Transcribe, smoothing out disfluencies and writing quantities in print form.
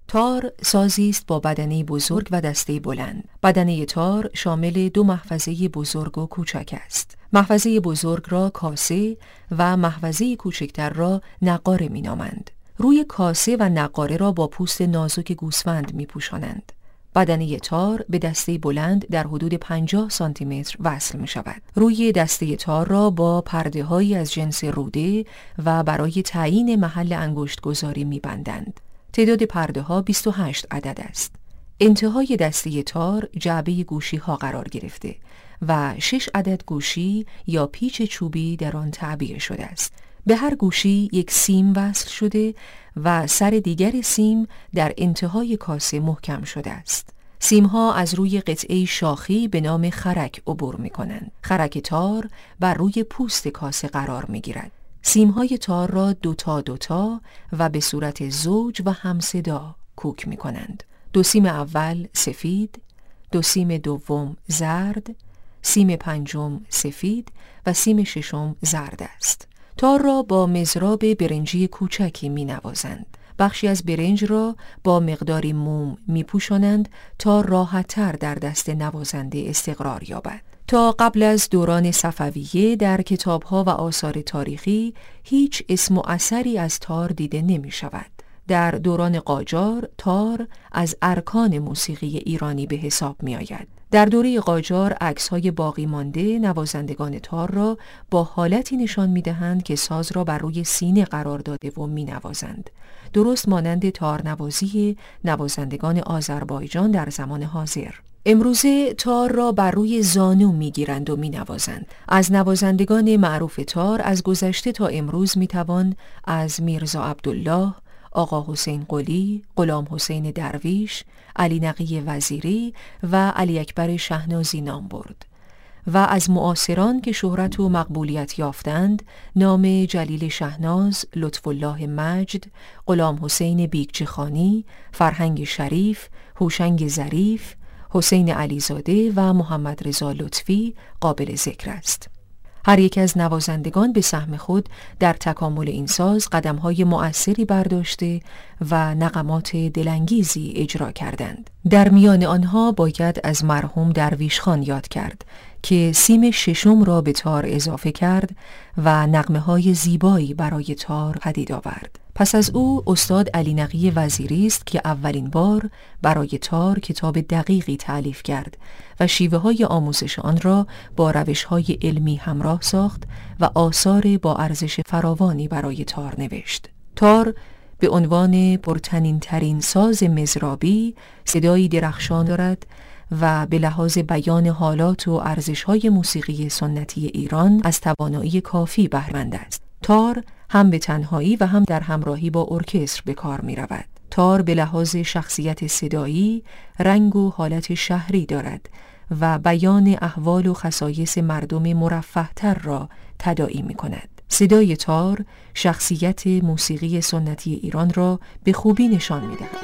تار سازی است با بدنه بزرگ و دسته بلند. بدنه تار شامل دو محفظه بزرگ و کوچک است. محفظه بزرگ را کاسه و محفظه کوچکتر را نقاره می‌نامند. روی کاسه و نقاره را با پوست نازک گوسفند می‌پوشانند. بدنه تار به دسته بلند در حدود 50 سانتی متر وصل می شود. روی دسته تار را با پرده‌هایی از جنس روده و برای تعیین محل انگشت گذاری می بندند. تعداد پرده‌ها 28 عدد است. انتهای دسته تار جعبه گوشی ها قرار گرفته و 6 عدد گوشی یا پیچ چوبی در آن تعبیه شده است. به هر گوشی یک سیم وصل شده و سر دیگر سیم در انتهای کاسه محکم شده است. سیم‌ها از روی قطعه شاخی به نام خرک عبور می‌کنند. خرک تار بر روی پوست کاسه قرار می‌گیرد. سیم‌های تار را دوتا و به صورت زوج و همصدا کوک می‌کنند. دو سیم اول سفید، دو سیم دوم زرد، سیم پنجم سفید و سیم ششم زرد است. تار را با مضراب برنجی کوچکی می نوازند. بخشی از برنج را با مقداری موم می پوشانند تا راحت‌تر در دست نوازنده استقرار یابد. تا قبل از دوران صفویه در کتاب‌ها و آثار تاریخی هیچ اسم و اثری از تار دیده نمی شود. در دوران قاجار تار از ارکان موسیقی ایرانی به حساب می آید. در دوره قاجار عکس‌های باقی مانده نوازندگان تار را با حالتی نشان می‌دهند که ساز را بر روی سینه قرار داده و می‌نوازند. درست مانند تارنوازی نوازندگان آذربایجان در زمان حاضر. امروزه تار را بر روی زانو می‌گیرند و می‌نوازند. از نوازندگان معروف تار از گذشته تا امروز می‌توان از میرزا عبدالله، آقا حسین قلی، غلام حسین درویش، علی نقی وزیری و علی اکبر شهنازی نام برد و از معاصران که شهرت و مقبولیت یافتند نام جلیل شهناز، لطف الله مجد، غلام حسین بیگچخانی، فرهنگ شریف، هوشنگ ظریف، حسین علیزاده و محمد رضا لطفی قابل ذکر است. هر یک از نوازندگان به سهم خود در تکامل این ساز قدم‌های مؤثری برداشته و نغمات دلانگیزی اجرا کردند. در میان آنها باید از مرحوم درویش خان یاد کرد که سیم ششم را به تار اضافه کرد و نغمه‌های زیبایی برای تار پدید آورد. پس از او استاد علی نقی وزیری است که اولین بار برای تار کتاب دقیقی تألیف کرد و شیوه‌های آموزش آن را با روش‌های علمی همراه ساخت و آثار با ارزش فراوانی برای تار نوشت. تار به عنوان پرطنین‌ترین ساز مضرابی صدایی درخشان دارد و به لحاظ بیان حالات و ارزش‌های موسیقی سنتی ایران از توانایی کافی بهره‌مند است. تار هم به تنهایی و هم در همراهی با ارکستر به کار می رود. تار به لحاظ شخصیت صدایی، رنگ و حالت شهری دارد و بیان احوال و خصایص مردم مرفه‌تر را تداعی می کند. صدای تار شخصیت موسیقی سنتی ایران را به خوبی نشان می دهد.